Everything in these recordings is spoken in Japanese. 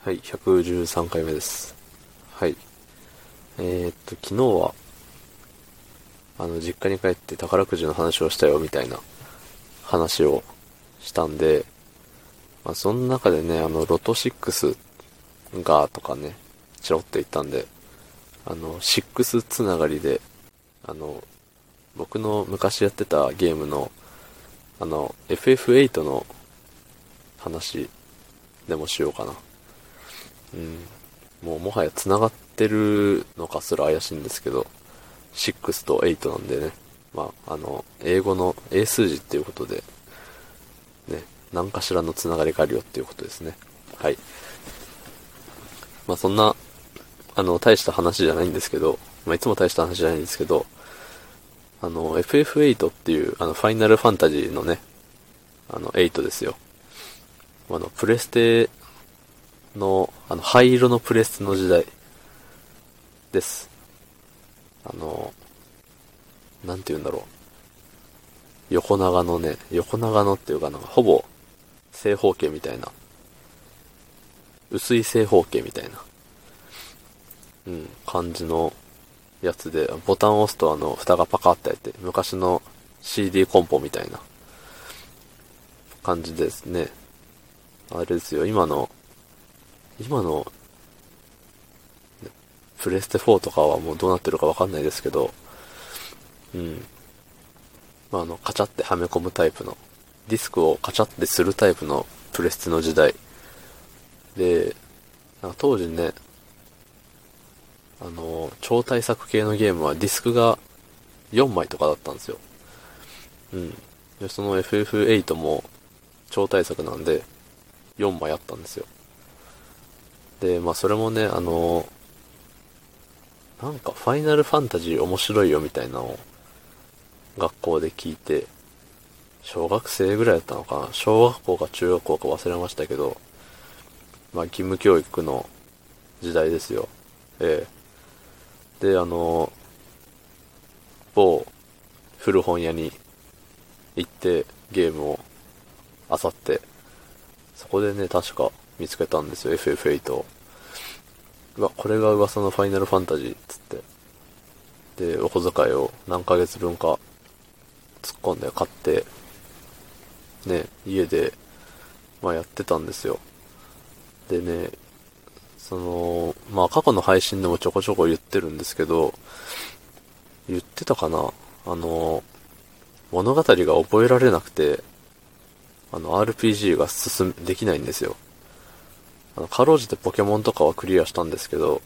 はい、113回目です。はい。昨日は、実家に帰って宝くじの話をしたよ、みたいな話をしたんで、その中でね、ロト6が、とかね、チロって言ったんで、6つながりで、あの、僕の昔やってたゲームの、FF8 の話でもしようかな。うん。もうもはや繋がってるのかすら怪しいんですけど、6と8なんでね。英語の英数字っていうことで、ね、何かしらのつながりがあるよっていうことですね。はい。そんな、大した話じゃないんですけど、いつも大した話じゃないんですけど、FF8 っていう、ファイナルファンタジーのね、8ですよ。プレステの、灰色のプレステの時代です。なんて言うんだろう。横長のっていうかほぼ正方形みたいな。薄い正方形みたいな、感じのやつで、ボタンを押すと蓋がパカって開いて、昔の CD コンポみたいな感じですね。あれですよ、今のプレステ4とかはもうどうなってるかわかんないですけど、うん。カチャってはめ込むタイプの、ディスクをカチャってするタイプのプレステの時代。で、当時ね、超大作系のゲームはディスクが4枚とかだったんですよ。うん。で、その FF8 も超大作なんで4枚あったんですよ。で、それもね、なんかファイナルファンタジー面白いよみたいなのを学校で聞いて、小学生ぐらいだったのかな、小学校か中学校か忘れましたけど、義務教育の時代ですよ。ええ。で、某古本屋に行ってゲームを漁って、そこでね、確か見つけたんですよ、FF8 を。これが噂のファイナルファンタジーっつって。で、お小遣いを何ヶ月分か突っ込んで買って、ね、家で、やってたんですよ。でね、過去の配信でもちょこちょこ言ってるんですけど、言ってたかな、物語が覚えられなくて、RPG ができないんですよ。かろうじてポケモンとかはクリアしたんですけど、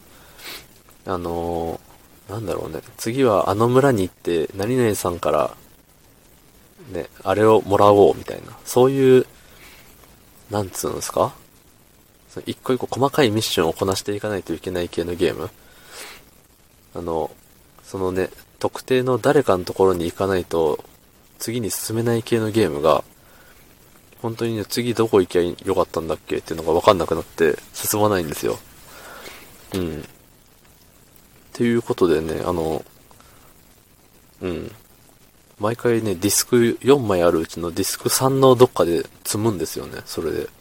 なんだろうね、次はあの村に行って、何々さんから、ね、あれをもらおうみたいな、そういう、なんつうんですか、一個一個細かいミッションをこなしていかないといけない系のゲーム。そのね、特定の誰かのところに行かないと、次に進めない系のゲームが、本当にね、次どこ行きゃよかったんだっけっていうのが分かんなくなって進まないんですよ。うん。っていうことでね、うん。毎回ね、ディスク4枚あるうちのディスク3のどっかで積むんですよね、それで。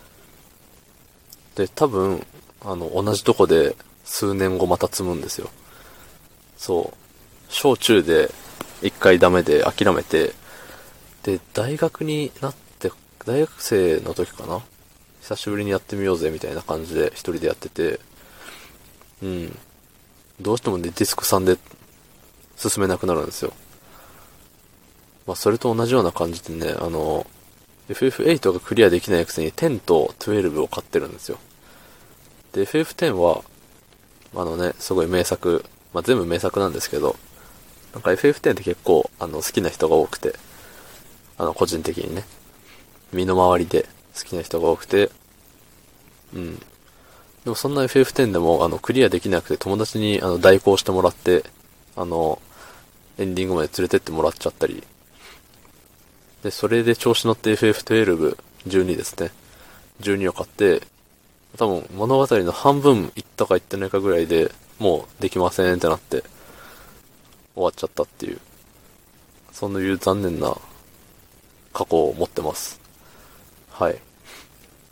で、多分、同じとこで数年後また積むんですよ。そう。小中で一回ダメで諦めて、で、大学になって、大学生の時かな、久しぶりにやってみようぜみたいな感じで一人でやってて、うん。どうしてもね、ディスク3で進めなくなるんですよ。それと同じような感じでね、FF8 がクリアできないくせに10と12を買ってるんですよ。で、FF10 は、すごい名作、全部名作なんですけど、なんか FF10 って結構、好きな人が多くて、個人的にね、身の回りで好きな人が多くて、うん。でもそんな FF10 でも、クリアできなくて友達に、代行してもらって、あの、エンディングまで連れてってもらっちゃったり、で、それで調子乗って FF12、12ですね。12を買って、多分物語の半分いったかいってないかぐらいでもうできませんってなって終わっちゃったっていう、そういう残念な過去を持ってます。はい。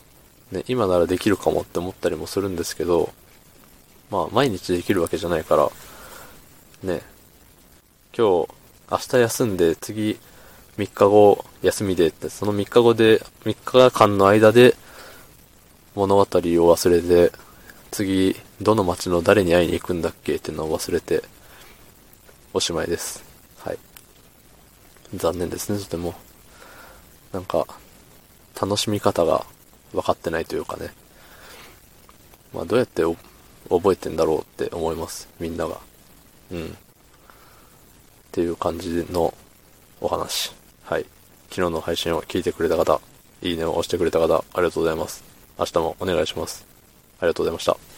ね、今ならできるかもって思ったりもするんですけど、まあ毎日できるわけじゃないから、ね、今日、明日休んで次3日後休みでって、その3日後で、3日間の間で物語を忘れて、次、どの街の誰に会いに行くんだっけっていうのを忘れて、おしまいです。はい。残念ですね、とても。なんか、楽しみ方が分かってないというかね。まあ、どうやって覚えてんだろうって思います、みんなが。うん。っていう感じのお話。はい。昨日の配信を聞いてくれた方、いいねを押してくれた方、ありがとうございます。明日もお願いします。ありがとうございました。